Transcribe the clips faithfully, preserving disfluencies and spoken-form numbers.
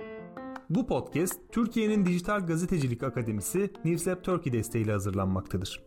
Bu podcast Türkiye'nin Dijital Gazetecilik Akademisi Newslab Turkey desteğiyle hazırlanmaktadır.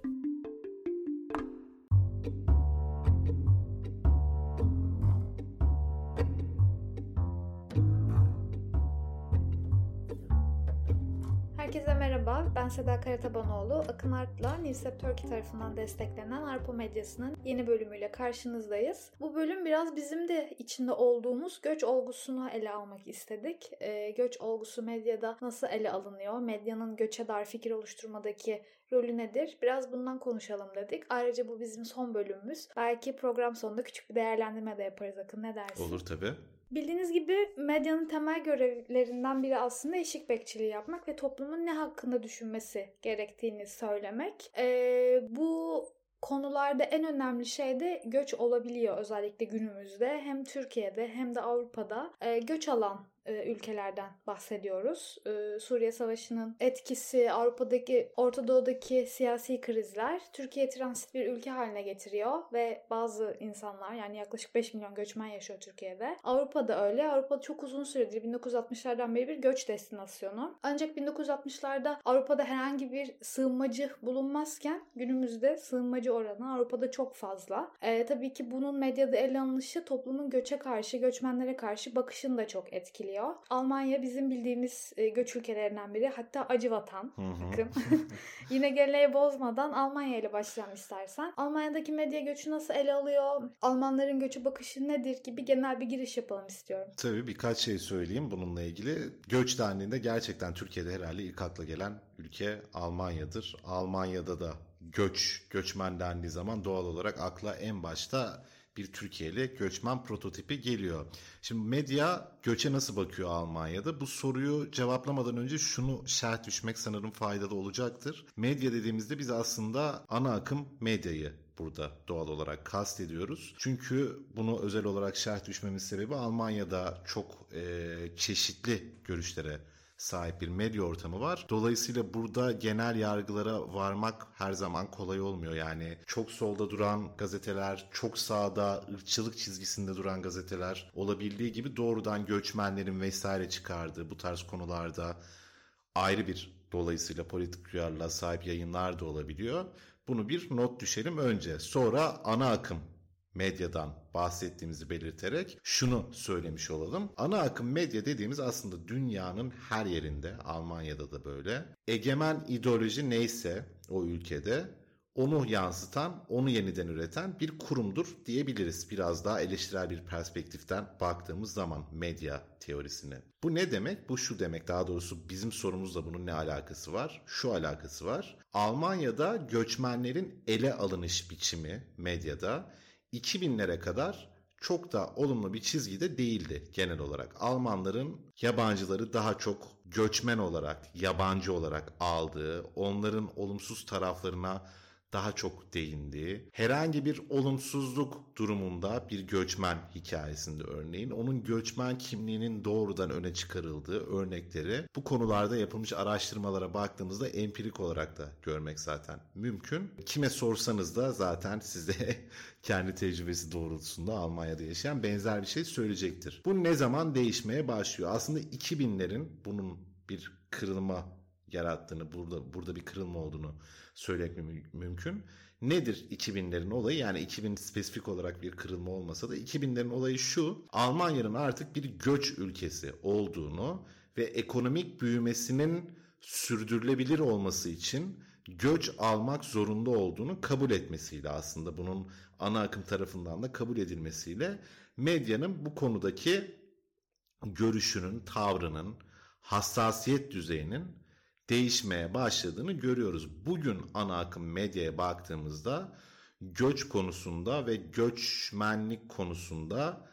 Herkese merhaba, ben Seda Karatabanoğlu. Akın Art'la Newslab Turkey tarafından desteklenen Arpa Medyası'nın yeni bölümüyle karşınızdayız. Bu bölüm biraz bizim de içinde olduğumuz göç olgusunu ele almak istedik. Ee, göç olgusu medyada nasıl ele alınıyor? Medyanın göçe dair fikir oluşturmadaki rolü nedir? Biraz bundan konuşalım dedik. Ayrıca bu bizim son bölümümüz. Belki program sonunda küçük bir değerlendirme de yaparız Akın, ne dersin? Olur tabii. Bildiğiniz gibi medyanın temel görevlerinden biri aslında eşik bekçiliği yapmak ve toplumun ne hakkında düşünmesi gerektiğini söylemek. Ee, bu konularda en önemli şey de göç olabiliyor, özellikle günümüzde. Hem Türkiye'de hem de Avrupa'da e, göç alan ülkelerden bahsediyoruz. Suriye Savaşı'nın etkisi, Avrupa'daki, Orta Doğu'daki siyasi krizler Türkiye transit bir ülke haline getiriyor ve bazı insanlar, yani yaklaşık beş milyon göçmen yaşıyor Türkiye'de. Avrupa'da öyle. Avrupa çok uzun süredir, bin dokuz yüz altmışlardan beri bir göç destinasyonu. Ancak bin dokuz yüz altmışlarda Avrupa'da herhangi bir sığınmacı bulunmazken günümüzde sığınmacı oranı Avrupa'da çok fazla. E, tabii ki bunun medyada ele alınışı toplumun göçe karşı, göçmenlere karşı bakışını da çok etkiliyor. Almanya bizim bildiğimiz göç ülkelerinden biri. Hatta acı vatan. Bakın. Yine geleneği bozmadan Almanya ile başlayalım istersen. Almanya'daki medya göçü nasıl ele alıyor? Almanların göçe bakışı nedir gibi genel bir giriş yapalım istiyorum. Tabii birkaç şey söyleyeyim bununla ilgili. Göç dendiğinde gerçekten Türkiye'de herhalde ilk akla gelen ülke Almanya'dır. Almanya'da da göç, göçmen dendiği zaman doğal olarak akla en başta bir Türkiye'li göçmen prototipi geliyor. Şimdi medya göçe nasıl bakıyor Almanya'da? Bu soruyu cevaplamadan önce şunu şerh düşmek sanırım faydalı olacaktır. Medya dediğimizde biz aslında ana akım medyayı burada doğal olarak kastediyoruz. Çünkü bunu özel olarak şerh düşmemin sebebi Almanya'da çok e, çeşitli görüşlere sahip bir medya ortamı var. Dolayısıyla burada genel yargılara varmak her zaman kolay olmuyor. Yani çok solda duran gazeteler, çok sağda ırkçılık çizgisinde duran gazeteler olabildiği gibi doğrudan göçmenlerin vesaire çıkardığı bu tarz konularda ayrı bir dolayısıyla politik duyarlılığa sahip yayınlar da olabiliyor. Bunu bir not düşelim önce. Sonra ana akım medyadan bahsettiğimizi belirterek şunu söylemiş olalım. Ana akım medya dediğimiz aslında dünyanın her yerinde, Almanya'da da böyle, egemen ideoloji neyse o ülkede onu yansıtan, onu yeniden üreten bir kurumdur diyebiliriz. Biraz daha eleştirel bir perspektiften baktığımız zaman medya teorisine. Bu ne demek? Bu şu demek, daha doğrusu bizim sorumuzla bunun ne alakası var? Şu alakası var. Almanya'da göçmenlerin ele alınış biçimi medyada iki binlere kadar çok da olumlu bir çizgide değildi genel olarak. Almanların yabancıları daha çok göçmen olarak, yabancı olarak aldığı, onların olumsuz taraflarına daha çok değindiği, herhangi bir olumsuzluk durumunda bir göçmen hikayesinde örneğin onun göçmen kimliğinin doğrudan öne çıkarıldığı örnekleri bu konularda yapılmış araştırmalara baktığımızda empirik olarak da görmek zaten mümkün. Kime sorsanız da zaten size kendi tecrübesi doğrultusunda Almanya'da yaşayan benzer bir şey söyleyecektir. Bu ne zaman değişmeye başlıyor? Aslında iki binlerin bunun bir kırılma yarattığını, burada burada bir kırılma olduğunu söylemek mümkün. Nedir iki binlerin olayı? Yani iki bin spesifik olarak bir kırılma olmasa da iki binlerin olayı şu: Almanya'nın artık bir göç ülkesi olduğunu ve ekonomik büyümesinin sürdürülebilir olması için göç almak zorunda olduğunu kabul etmesiyle, aslında bunun ana akım tarafından da kabul edilmesiyle medyanın bu konudaki görüşünün, tavrının, hassasiyet düzeyinin değişmeye başladığını görüyoruz. Bugün ana akım medyaya baktığımızda göç konusunda ve göçmenlik konusunda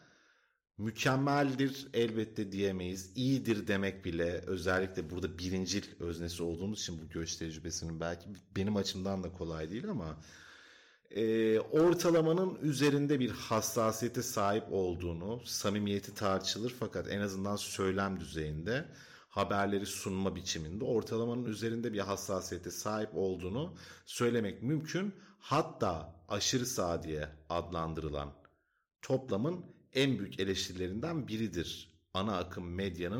mükemmeldir elbette diyemeyiz. İyidir demek bile, özellikle burada birincil öznesi olduğumuz için bu göç tecrübesinin belki benim açımdan da kolay değil ama e, ortalamanın üzerinde bir hassasiyete sahip olduğunu, samimiyeti tartışılır fakat en azından söylem düzeyinde, haberleri sunma biçiminde ortalamanın üzerinde bir hassasiyete sahip olduğunu söylemek mümkün. Hatta aşırı sağ diye adlandırılan toplamın en büyük eleştirilerinden biridir ana akım medyanın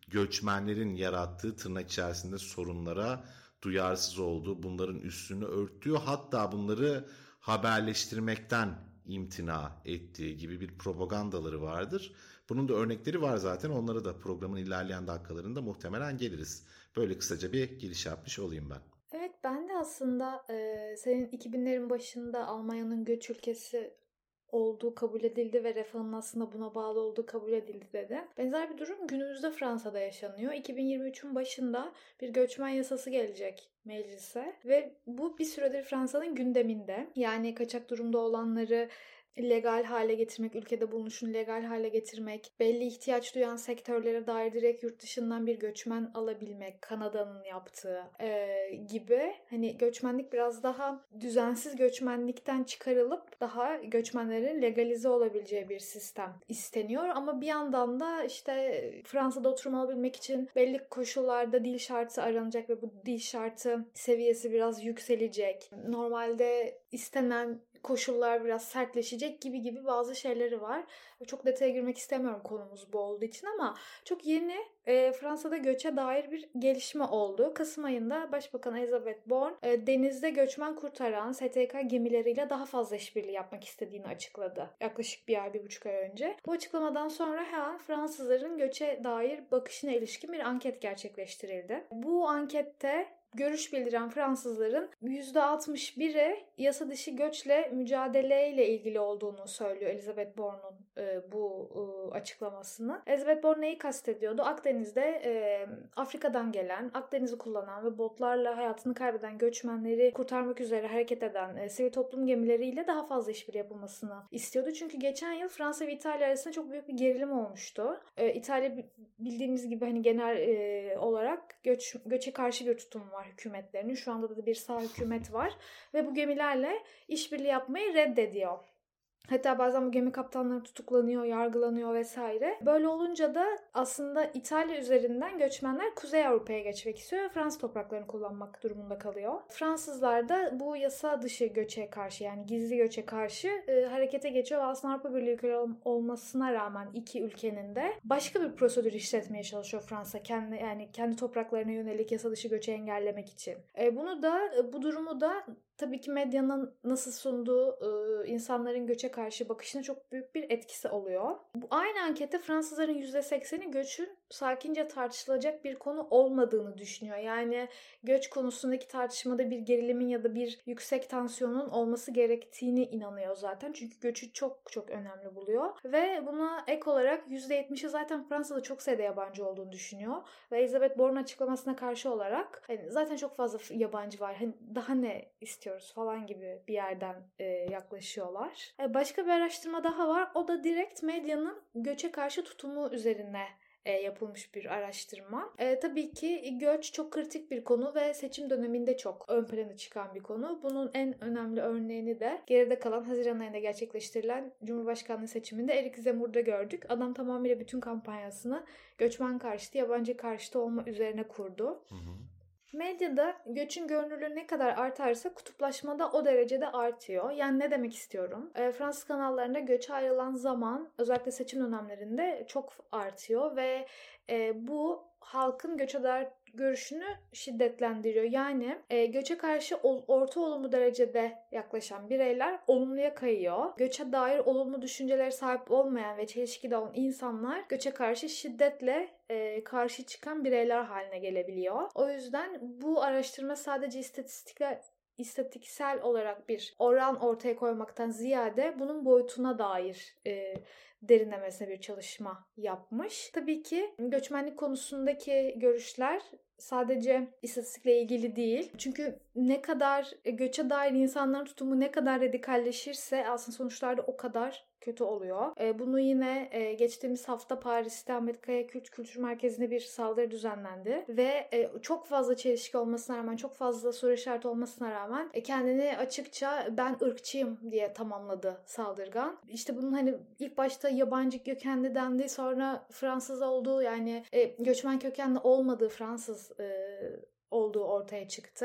göçmenlerin yarattığı tırnak içerisinde sorunlara duyarsız olduğu, bunların üstünü örttüğü, hatta bunları haberleştirmekten imtina ettiği gibi bir propagandaları vardır. Bunun da örnekleri var zaten. Onlara da programın ilerleyen dakikalarında muhtemelen geliriz. Böyle kısaca bir giriş yapmış olayım ben. Evet, ben de aslında e, senin iki binlerin başında Almanya'nın göç ülkesi olduğu kabul edildi ve refahın aslında buna bağlı olduğu kabul edildi dedi. Benzer bir durum günümüzde Fransa'da yaşanıyor. iki bin yirmi üçün başında bir göçmen yasası gelecek meclise ve bu bir süredir Fransa'nın gündeminde. Yani kaçak durumda olanları legal hale getirmek, ülkede bulunuşunu legal hale getirmek, belli ihtiyaç duyan sektörlere dair direkt yurt dışından bir göçmen alabilmek, Kanada'nın yaptığı e, gibi. Hani göçmenlik biraz daha düzensiz göçmenlikten çıkarılıp daha göçmenlerin legalize olabileceği bir sistem isteniyor. Ama bir yandan da işte Fransa'da oturum alabilmek için belli koşullarda dil şartı aranacak ve bu dil şartı seviyesi biraz yükselecek. Normalde istenen koşullar biraz sertleşecek gibi gibi bazı şeyleri var. Çok detaya girmek istemiyorum konumuz bu olduğu için ama çok yeni e, Fransa'da göçe dair bir gelişme oldu. Kasım ayında Başbakan Elisabeth Borne e, denizde göçmen kurtaran S T K gemileriyle daha fazla işbirliği yapmak istediğini açıkladı. Yaklaşık bir ay, bir buçuk ay önce. Bu açıklamadan sonra hemen Fransızların göçe dair bakışına ilişkin bir anket gerçekleştirildi. Bu ankette görüş bildiren Fransızların yüzde altmış biri yasa dışı göçle mücadeleyle ilgili olduğunu söylüyor Elisabeth Borne'un e, bu e, açıklamasını. Elisabeth Borne neyi kastediyordu? Akdeniz'de e, Afrika'dan gelen, Akdeniz'i kullanan ve botlarla hayatını kaybeden göçmenleri kurtarmak üzere hareket eden e, sivil toplum gemileriyle daha fazla işbirliği yapılmasını istiyordu. Çünkü geçen yıl Fransa ve İtalya arasında çok büyük bir gerilim olmuştu. E, İtalya bildiğimiz gibi hani genel e, olarak göç, göçe karşı bir tutum var hükümetlerinin. Şu anda da bir sağ hükümet var ve bu gemilerle işbirliği yapmayı reddediyor. Hatta bazen bu gemi kaptanları tutuklanıyor, yargılanıyor vesaire. Böyle olunca da aslında İtalya üzerinden göçmenler Kuzey Avrupa'ya geçmek istiyor ve Fransız topraklarını kullanmak durumunda kalıyor. Fransızlar da bu yasa dışı göçe karşı, yani gizli göçe karşı e, harekete geçiyor ve aslında Avrupa Birliği ülkeleri olmasına rağmen iki ülkenin de başka bir prosedür işletmeye çalışıyor Fransa. Kendi, yani kendi topraklarına yönelik yasa dışı göçü engellemek için. E, bunu da bu durumu da tabii ki medyanın nasıl sunduğu e, insanların göçe karşı bakışına çok büyük bir etkisi oluyor. Bu aynı ankette Fransızların yüzde sekseni göçün sakince tartışılacak bir konu olmadığını düşünüyor. Yani göç konusundaki tartışmada bir gerilimin ya da bir yüksek tansiyonun olması gerektiğini inanıyor zaten. Çünkü göçü çok çok önemli buluyor. Ve buna ek olarak yüzde yetmişi zaten Fransa'da çok sayıda yabancı olduğunu düşünüyor. Ve Elisabeth Borne açıklamasına karşı olarak hani zaten çok fazla yabancı var. Hani daha ne istiyoruz falan gibi bir yerden e, yaklaşıyorlar. E, başka bir araştırma daha var. O da direkt medyanın göçe karşı tutumu üzerine E, yapılmış bir araştırma. E, tabii ki göç çok kritik bir konu ve seçim döneminde çok ön plana çıkan bir konu. Bunun en önemli örneğini de geride kalan Haziran ayında gerçekleştirilen Cumhurbaşkanlığı seçiminde Eric Zemmour'da gördük. Adam tamamıyla bütün kampanyasını göçmen karşıtı, yabancı karşıtı olma üzerine kurdu. Hı hı. Medyada göçün görünürlüğü ne kadar artarsa kutuplaşma da o derecede artıyor. Yani ne demek istiyorum? E, Fransız kanallarında göçe ayrılan zaman özellikle seçim dönemlerinde çok artıyor ve e, bu halkın göçe dair görüşünü şiddetlendiriyor. Yani e, göçe karşı ol, orta olumlu derecede yaklaşan bireyler olumluya kayıyor. Göçe dair olumlu düşüncelere sahip olmayan ve çelişkide olan insanlar göçe karşı şiddetle e, karşı çıkan bireyler haline gelebiliyor. O yüzden bu araştırma sadece istatistikler istatistiksel olarak bir oran ortaya koymaktan ziyade bunun boyutuna dair e, derinlemesine bir çalışma yapmış. Tabii ki göçmenlik konusundaki görüşler sadece istatistikle ilgili değil. Çünkü ne kadar göçe dair insanların tutumu ne kadar radikalleşirse aslında sonuçlarda o kadar kötü oluyor. Bunu yine geçtiğimiz hafta Paris'te Amerika'ya Kürt Kültür Merkezi'nde bir saldırı düzenlendi ve çok fazla çelişki olmasına rağmen, çok fazla soru işareti olmasına rağmen kendini açıkça ben ırkçıyım diye tamamladı saldırgan. İşte bunun hani ilk başta yabancı kökenli dendi, sonra Fransız olduğu, yani göçmen kökenli olmadığı Fransız olduğu ortaya çıktı.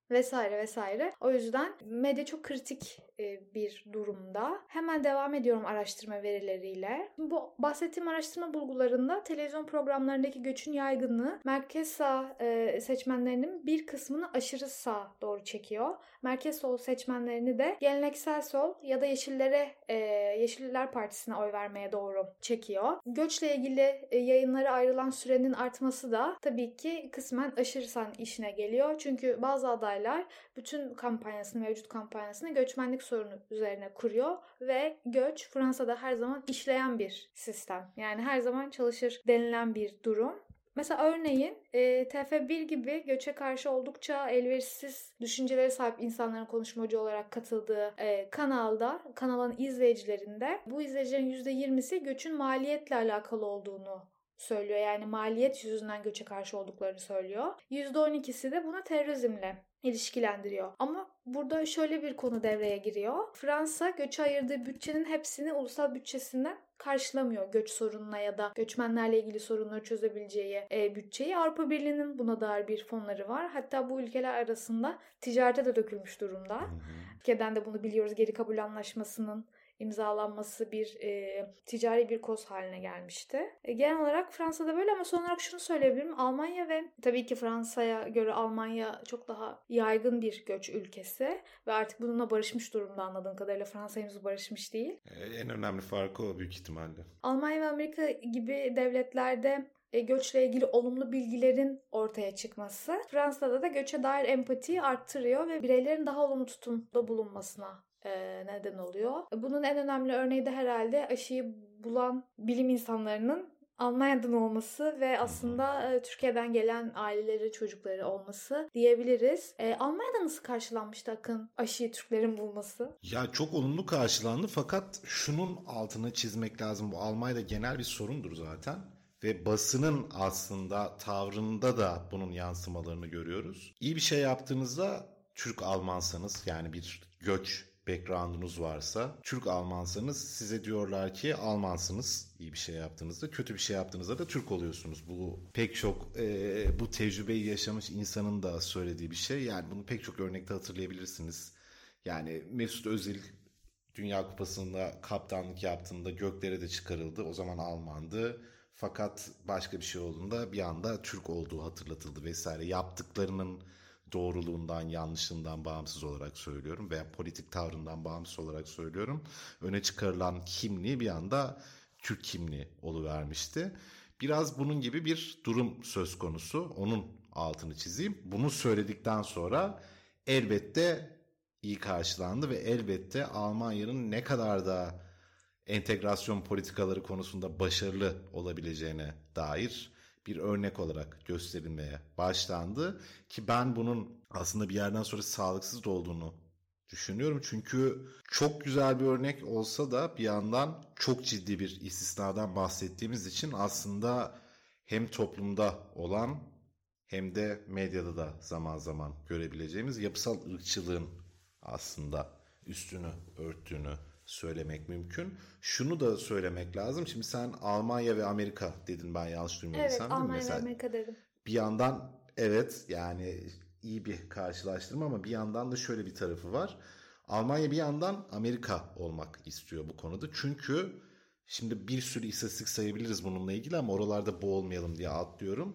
vesaire vesaire. O yüzden medya çok kritik bir durumda. Hemen devam ediyorum araştırma verileriyle. Bu bahsettiğim araştırma bulgularında televizyon programlarındaki göçün yaygınlığı merkez sağ seçmenlerinin bir kısmını aşırı sağ doğru çekiyor. Merkez sol seçmenlerini de geleneksel sol ya da Yeşillere Yeşiller Partisi'ne oy vermeye doğru çekiyor. Göçle ilgili yayınlara ayrılan sürenin artması da tabii ki kısmen aşırı sağ işine geliyor. Çünkü bazı adaylar bütün kampanyasını, mevcut kampanyasını göçmenlik sorunu üzerine kuruyor ve göç Fransa'da her zaman işleyen bir sistem. Yani her zaman çalışır denilen bir durum. Mesela örneğin e, T F bir gibi göçe karşı oldukça elverişsiz düşüncelere sahip insanların konuşmacı olarak katıldığı e, kanalda, kanalın izleyicilerinde bu izleyicilerin yüzde yirmisi göçün maliyetle alakalı olduğunu söylüyor. Yani maliyet yüzünden göçe karşı olduklarını söylüyor. yüzde on ikisi de buna terörizmle ilişkilendiriyor. Ama burada şöyle bir konu devreye giriyor. Fransa göçe ayırdığı bütçenin hepsini ulusal bütçesinden karşılamıyor. Göç sorununa ya da göçmenlerle ilgili sorunları çözebileceği e, bütçeyi. Avrupa Birliği'nin buna dair bir fonları var. Hatta bu ülkeler arasında ticarete de dökülmüş durumda. Türkiye'den de bunu biliyoruz. Geri kabul anlaşmasının imzalanması bir e, ticari bir koz haline gelmişti. E, genel olarak Fransa'da böyle ama son olarak şunu söyleyebilirim. Almanya ve tabii ki Fransa'ya göre Almanya çok daha yaygın bir göç ülkesi ve artık bununla barışmış durumda anladığım kadarıyla. Fransa henüz barışmış değil. En önemli farkı o büyük ihtimalle. Almanya ve Amerika gibi devletlerde E, göçle ilgili olumlu bilgilerin ortaya çıkması Fransa'da da göçe dair empatiyi arttırıyor ve bireylerin daha olumlu tutumda bulunmasına e, neden oluyor. Bunun en önemli örneği de herhalde aşıyı bulan bilim insanlarının Almanya'dan olması ve aslında e, Türkiye'den gelen aileleri, çocukları olması diyebiliriz. E, Almanya'da nasıl karşılanmıştı Akın aşıyı Türklerin bulması? Ya çok olumlu karşılandı fakat şunun altını çizmek lazım. Bu Almanya'da genel bir sorundur zaten. Ve basının aslında tavrında da bunun yansımalarını görüyoruz. İyi bir şey yaptığınızda Türk-Almansanız yani bir göç background'unuz varsa Türk-Almansanız size diyorlar ki Almansınız iyi bir şey yaptığınızda. Kötü bir şey yaptığınızda da Türk oluyorsunuz. Bu pek çok e, bu tecrübeyi yaşamış insanın da söylediği bir şey. Yani bunu pek çok örnekte hatırlayabilirsiniz. Yani Mesut Özil Dünya Kupası'nda kaptanlık yaptığında göklere de çıkarıldı. O zaman Almandı. Fakat başka bir şey olduğunda bir anda Türk olduğu hatırlatıldı vesaire. Yaptıklarının doğruluğundan, yanlışlığından bağımsız olarak söylüyorum veya politik tavrından bağımsız olarak söylüyorum. Öne çıkarılan kimliği bir anda Türk kimliği oluvermişti. Biraz bunun gibi bir durum söz konusu. Onun altını çizeyim. Bunu söyledikten sonra elbette iyi karşılandı ve elbette Almanya'nın ne kadar da entegrasyon politikaları konusunda başarılı olabileceğine dair bir örnek olarak gösterilmeye başlandı. Ki ben bunun aslında bir yerden sonra sağlıksız olduğunu düşünüyorum. Çünkü çok güzel bir örnek olsa da bir yandan çok ciddi bir istisnadan bahsettiğimiz için aslında hem toplumda olan hem de medyada da zaman zaman görebileceğimiz yapısal ırkçılığın aslında üstünü örttüğünü söylemek mümkün. Şunu da söylemek lazım. Şimdi sen Almanya ve Amerika dedin, ben yanlış duymadıysam. Evet, Almanya ve Amerika dedim. Bir yandan evet yani iyi bir karşılaştırma ama bir yandan da şöyle bir tarafı var. Almanya bir yandan Amerika olmak istiyor bu konuda. Çünkü şimdi bir sürü istatistik sayabiliriz bununla ilgili ama oralarda boğulmayalım diye atlıyorum.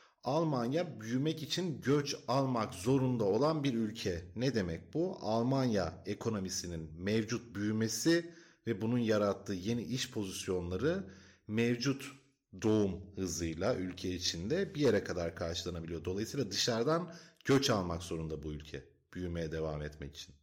Almanya büyümek için göç almak zorunda olan bir ülke. Ne demek bu? Almanya ekonomisinin mevcut büyümesi ve bunun yarattığı yeni iş pozisyonları mevcut doğum hızıyla ülke içinde bir yere kadar karşılanabiliyor. Dolayısıyla dışarıdan göç almak zorunda bu ülke büyümeye devam etmek için.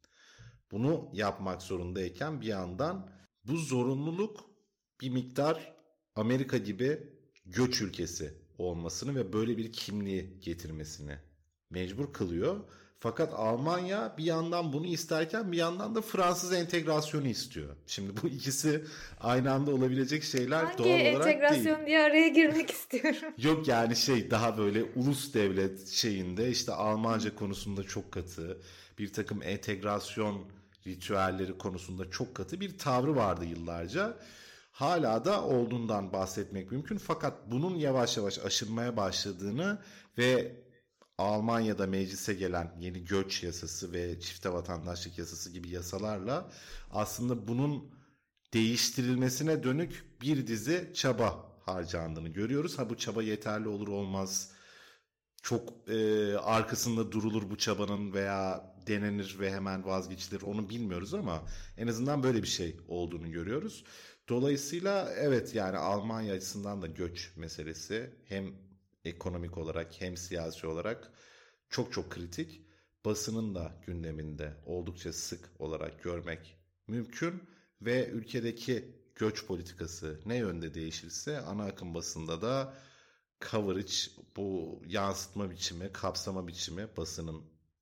Bunu yapmak zorundayken bir yandan bu zorunluluk bir miktar Amerika gibi göç ülkesi olmasını ve böyle bir kimliği getirmesini mecbur kılıyor. Fakat Almanya bir yandan bunu isterken bir yandan da Fransız entegrasyonu istiyor. Şimdi bu ikisi aynı anda olabilecek şeyler Hangi doğal olarak değil. Hangi entegrasyon diye araya girmek istiyorum. Yok yani şey daha böyle ulus devlet şeyinde işte Almanca konusunda çok katı, bir takım entegrasyon ritüelleri konusunda çok katı bir tavrı vardı yıllarca. Hala da olduğundan bahsetmek mümkün fakat bunun yavaş yavaş aşılmaya başladığını ve Almanya'da meclise gelen yeni göç yasası ve çifte vatandaşlık yasası gibi yasalarla aslında bunun değiştirilmesine dönük bir dizi çaba harcandığını görüyoruz. Ha bu çaba yeterli olur olmaz, çok e, arkasında durulur bu çabanın veya denenir ve hemen vazgeçilir onu bilmiyoruz ama en azından böyle bir şey olduğunu görüyoruz. Dolayısıyla evet, yani Almanya açısından da göç meselesi hem ekonomik olarak hem siyasi olarak çok çok kritik. Basının da gündeminde oldukça sık olarak görmek mümkün ve ülkedeki göç politikası ne yönde değişirse ana akım basında da coverage, bu yansıtma biçimi, kapsama biçimi basının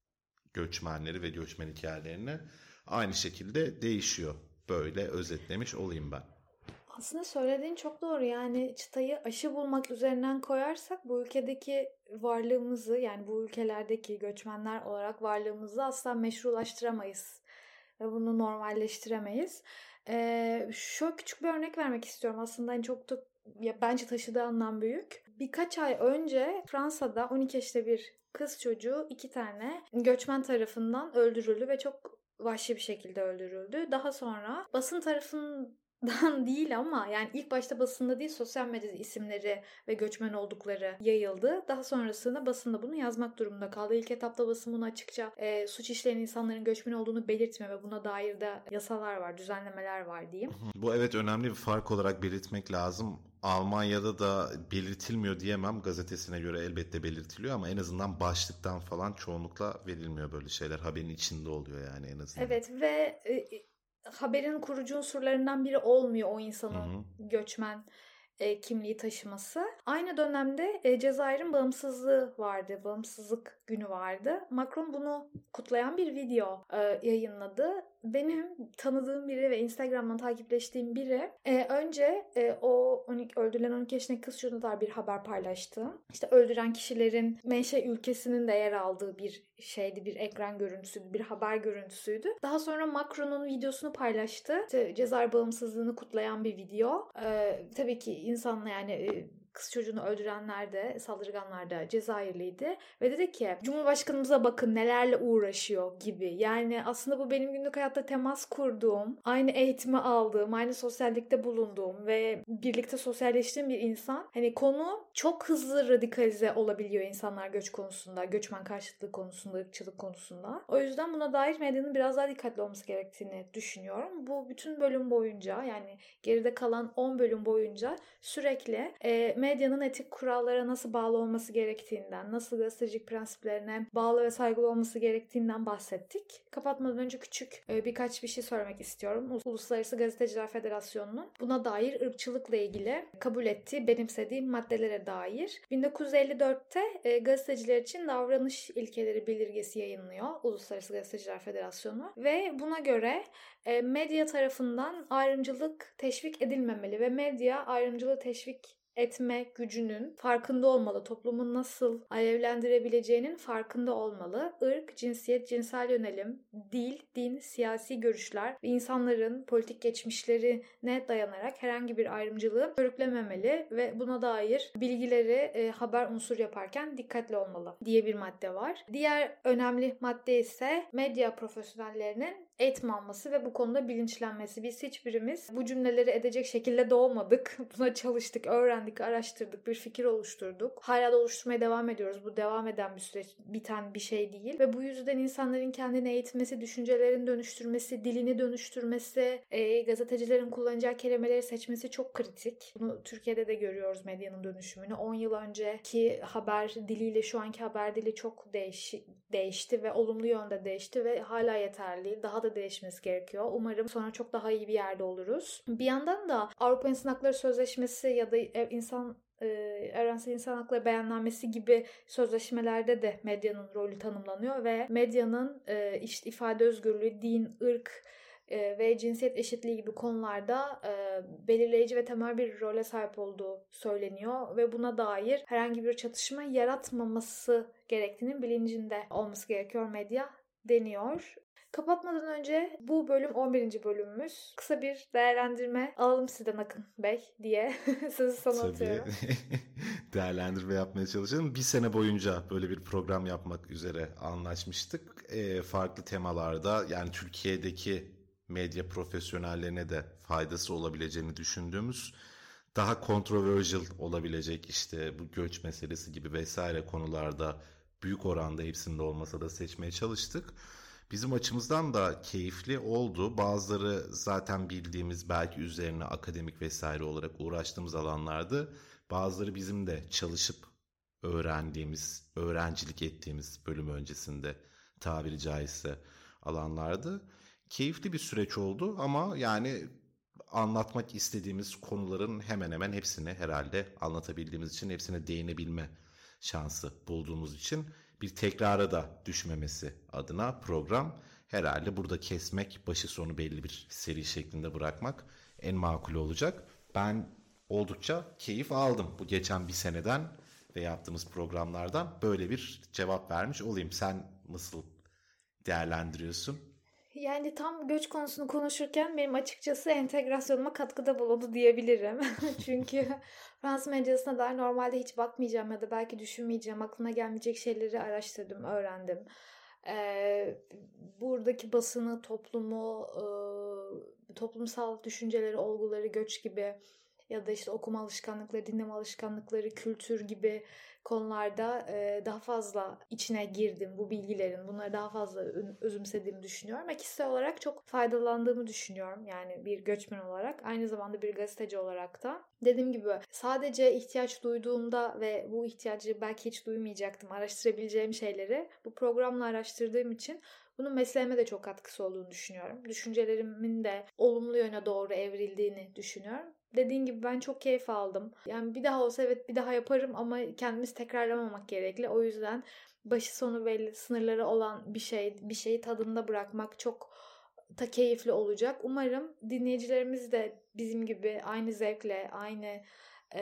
göçmenleri ve göçmen hikayelerini aynı şekilde değişiyor. Böyle özetlemiş olayım ben. Aslında söylediğin çok doğru. Yani çıtayı aşı bulmak üzerinden koyarsak bu ülkedeki varlığımızı, yani bu ülkelerdeki göçmenler olarak varlığımızı asla meşrulaştıramayız. Ve bunu normalleştiremeyiz. Ee, şöyle küçük bir örnek vermek istiyorum. Aslında en çok da ya, bence taşıdığı anlam büyük. Birkaç ay önce Fransa'da on iki yaşında bir kız çocuğu iki tane göçmen tarafından öldürüldü ve çok vahşi bir şekilde öldürüldü. Daha sonra basın tarafından değil ama yani ilk başta basında değil sosyal medyada isimleri ve göçmen oldukları yayıldı. Daha sonrasında basında bunu yazmak durumunda kaldı. İlk etapta basın bunu açıkça e, suç işleyen insanların göçmen olduğunu belirtmiyor ve buna dair de yasalar var, düzenlemeler var diyeyim. Bu evet önemli bir fark olarak belirtmek lazım. Almanya'da da belirtilmiyor diyemem. Gazetesine göre elbette belirtiliyor ama en azından başlıktan falan çoğunlukla verilmiyor böyle şeyler. Haberin içinde oluyor yani en azından. Evet ve e, haberin kurucu unsurlarından biri olmuyor o insanın hı hı. göçmen e, kimliği taşıması. Aynı dönemde e, Cezayir'in bağımsızlığı vardı. Bağımsızlık günü vardı. Macron bunu kutlayan bir video e, yayınladı. Benim tanıdığım biri ve Instagram'dan takipleştiğim biri e, önce e, o on iki, öldürülen on iki yaşındaki kız çocuğuna dair bir haber paylaştı. İşte öldüren kişilerin menşe ülkesinin de yer aldığı bir şeydi, bir ekran görüntüsüydü, bir haber görüntüsüydü. Daha sonra Macron'un videosunu paylaştı. İşte Cezayir bağımsızlığını kutlayan bir video. E, tabii ki insanla yani e, kız çocuğunu öldürenler de, saldırganlar da Cezayirliydi. Ve dedi ki Cumhurbaşkanımıza bakın nelerle uğraşıyor gibi. Yani aslında bu benim günlük hayatta temas kurduğum, aynı eğitimi aldığım, aynı sosyallikte bulunduğum ve birlikte sosyalleştiğim bir insan. Hani konu çok hızlı radikalize olabiliyor insanlar göç konusunda, göçmen karşıtlığı konusunda, ırkçılık konusunda. O yüzden buna dair medyanın biraz daha dikkatli olması gerektiğini düşünüyorum. Bu bütün bölüm boyunca, yani geride kalan on bölüm boyunca sürekli e, medyanın etik kurallara nasıl bağlı olması gerektiğinden, nasıl gazetecilik prensiplerine bağlı ve saygılı olması gerektiğinden bahsettik. Kapatmadan önce küçük e, birkaç bir şey söylemek istiyorum. Uluslararası Gazeteciler Federasyonu'nun buna dair ırkçılıkla ilgili kabul ettiği, benimsediği maddelere dair bin dokuz yüz elli dörtte e, gazeteciler için davranış ilkeleri bildirgesi yayınlıyor Uluslararası Gazeteciler Federasyonu ve buna göre e, medya tarafından ayrımcılık teşvik edilmemeli ve medya ayrımcılığı teşvik etme gücünün farkında olmalı. Toplumun nasıl alevlendirebileceğinin farkında olmalı. Irk, cinsiyet, cinsel yönelim, dil, din, siyasi görüşler ve insanların politik geçmişlerine dayanarak herhangi bir ayrımcılığı körüklememeli ve buna dair bilgileri e, haber unsur yaparken dikkatli olmalı diye bir madde var. Diğer önemli madde ise medya profesyonellerinin eğitim alması ve bu konuda bilinçlenmesi. Biz hiçbirimiz bu cümleleri edecek şekilde doğmadık. Buna çalıştık, öğrendik, araştırdık, bir fikir oluşturduk. Hala da oluşturmaya devam ediyoruz. Bu devam eden bir süreç, biten bir şey değil. Ve bu yüzden insanların kendini eğitmesi, düşüncelerini dönüştürmesi, dilini dönüştürmesi, e, gazetecilerin kullanacağı kelimeleri seçmesi çok kritik. Bunu Türkiye'de de görüyoruz, medyanın dönüşümünü. on yıl önceki haber diliyle şu anki haber dili çok değiş, değişti ve olumlu yönde değişti ve hala yeterli değil. Daha da değişmesi gerekiyor. Umarım sonra çok daha iyi bir yerde oluruz. Bir yandan da Avrupa İnsan Hakları Sözleşmesi ya da insan e, Evrensel İnsan Hakları Beyannamesi gibi sözleşmelerde de medyanın rolü tanımlanıyor ve medyanın e, işte ifade özgürlüğü, din, ırk e, ve cinsiyet eşitliği gibi konularda e, belirleyici ve temel bir role sahip olduğu söyleniyor ve buna dair herhangi bir çatışma yaratmaması gerektiğinin bilincinde olması gerekiyor medya deniyor. Kapatmadan önce bu bölüm on birinci bölümümüz. Kısa bir değerlendirme alalım sizden Akın Bey diye sözü sana atıyorum. Değerlendirme yapmaya çalışalım. Bir sene boyunca böyle bir program yapmak üzere anlaşmıştık. E, farklı temalarda, yani Türkiye'deki medya profesyonellerine de faydası olabileceğini düşündüğümüz, daha controversial olabilecek, işte bu göç meselesi gibi vesaire konularda büyük oranda, hepsinde olmasa da seçmeye çalıştık. Bizim açımızdan da keyifli oldu. Bazıları zaten bildiğimiz, belki üzerine akademik vesaire olarak uğraştığımız alanlardı. Bazıları bizim de çalışıp öğrendiğimiz, öğrencilik ettiğimiz bölüm öncesinde tabiri caizse alanlardı. Keyifli bir süreç oldu ama yani anlatmak istediğimiz konuların hemen hemen hepsini herhalde anlatabildiğimiz için, hepsine değinebilme şansı bulduğumuz için bir tekrara da düşmemesi adına program herhalde burada kesmek, başı sonu belli bir seri şeklinde bırakmak en makulü olacak. Ben oldukça keyif aldım bu geçen bir seneden ve yaptığımız programlardan. Böyle bir cevap vermiş olayım. Sen nasıl değerlendiriyorsun? Yani tam göç konusunu konuşurken benim açıkçası entegrasyonuma katkıda bulundu diyebilirim. Çünkü Fransız medyasına dair normalde hiç bakmayacağım ya da belki düşünmeyeceğim, aklına gelmeyecek şeyleri araştırdım, öğrendim. Ee, buradaki basını, toplumu, e, toplumsal düşünceleri, olguları, göç gibi ya da işte okuma alışkanlıkları, dinleme alışkanlıkları, kültür gibi konularda e, daha fazla içine girdim bu bilgilerin. Bunları daha fazla özümsediğimi düşünüyorum. Ve kişisel olarak çok faydalandığımı düşünüyorum. Yani bir göçmen olarak. Aynı zamanda bir gazeteci olarak da. Dediğim gibi sadece ihtiyaç duyduğumda ve bu ihtiyacı belki hiç duymayacaktım, araştırabileceğim şeyleri bu programla araştırdığım için bunun mesleğime de çok katkısı olduğunu düşünüyorum. Düşüncelerimin de olumlu yöne doğru evrildiğini düşünüyorum. Dediğin gibi ben çok keyif aldım. Yani bir daha olsa evet bir daha yaparım ama kendimiz tekrarlamamak gerekli. O yüzden başı sonu belli, sınırları olan bir şey, bir şeyi tadında bırakmak çok da keyifli olacak. Umarım dinleyicilerimiz de bizim gibi aynı zevkle, aynı e,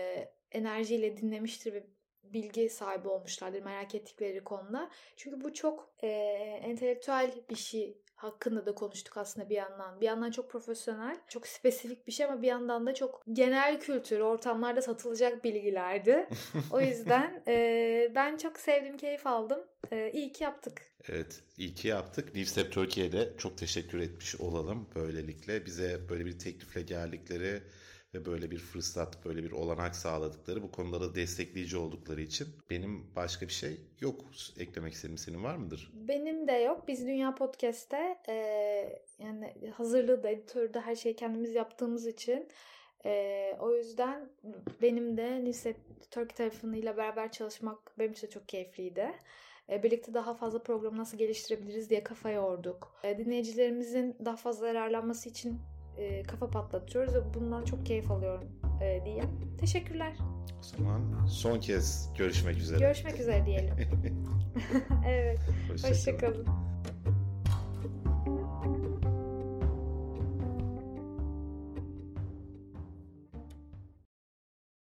enerjiyle dinlemiştir ve bilgi sahibi olmuşlardır merak ettikleri konuda. Çünkü bu çok e, entelektüel bir şey hakkında da konuştuk aslında bir yandan. Bir yandan çok profesyonel, çok spesifik bir şey ama bir yandan da çok genel kültür, ortamlarda satılacak bilgilerdi. O yüzden e, ben çok sevdim, keyif aldım. E, iyi ki yaptık. Evet, iyi ki yaptık. Nivsep Türkiye'ye de çok teşekkür etmiş olalım böylelikle. Bize böyle bir teklifle geldikleri ve böyle bir fırsat, böyle bir olanak sağladıkları, bu konuda destekleyici oldukları için. Benim başka bir şey yok. Eklemek istediğim, senin var mıdır? Benim de yok. Biz Dünya Podcast'te e, yani hazırlığı da, editörü de her şeyi kendimiz yaptığımız için e, o yüzden benim de Nivsep Türkiye tarafıyla beraber çalışmak benim için çok keyifliydi. E, birlikte daha fazla programı nasıl geliştirebiliriz diye kafa yorduk. E, dinleyicilerimizin daha fazla yararlanması için E, kafa patlatıyoruz ve bundan çok keyif alıyorum e, diye. Teşekkürler. O zaman son kez görüşmek üzere. Görüşmek üzere diyelim. Evet. Hoşça Hoşça kalın.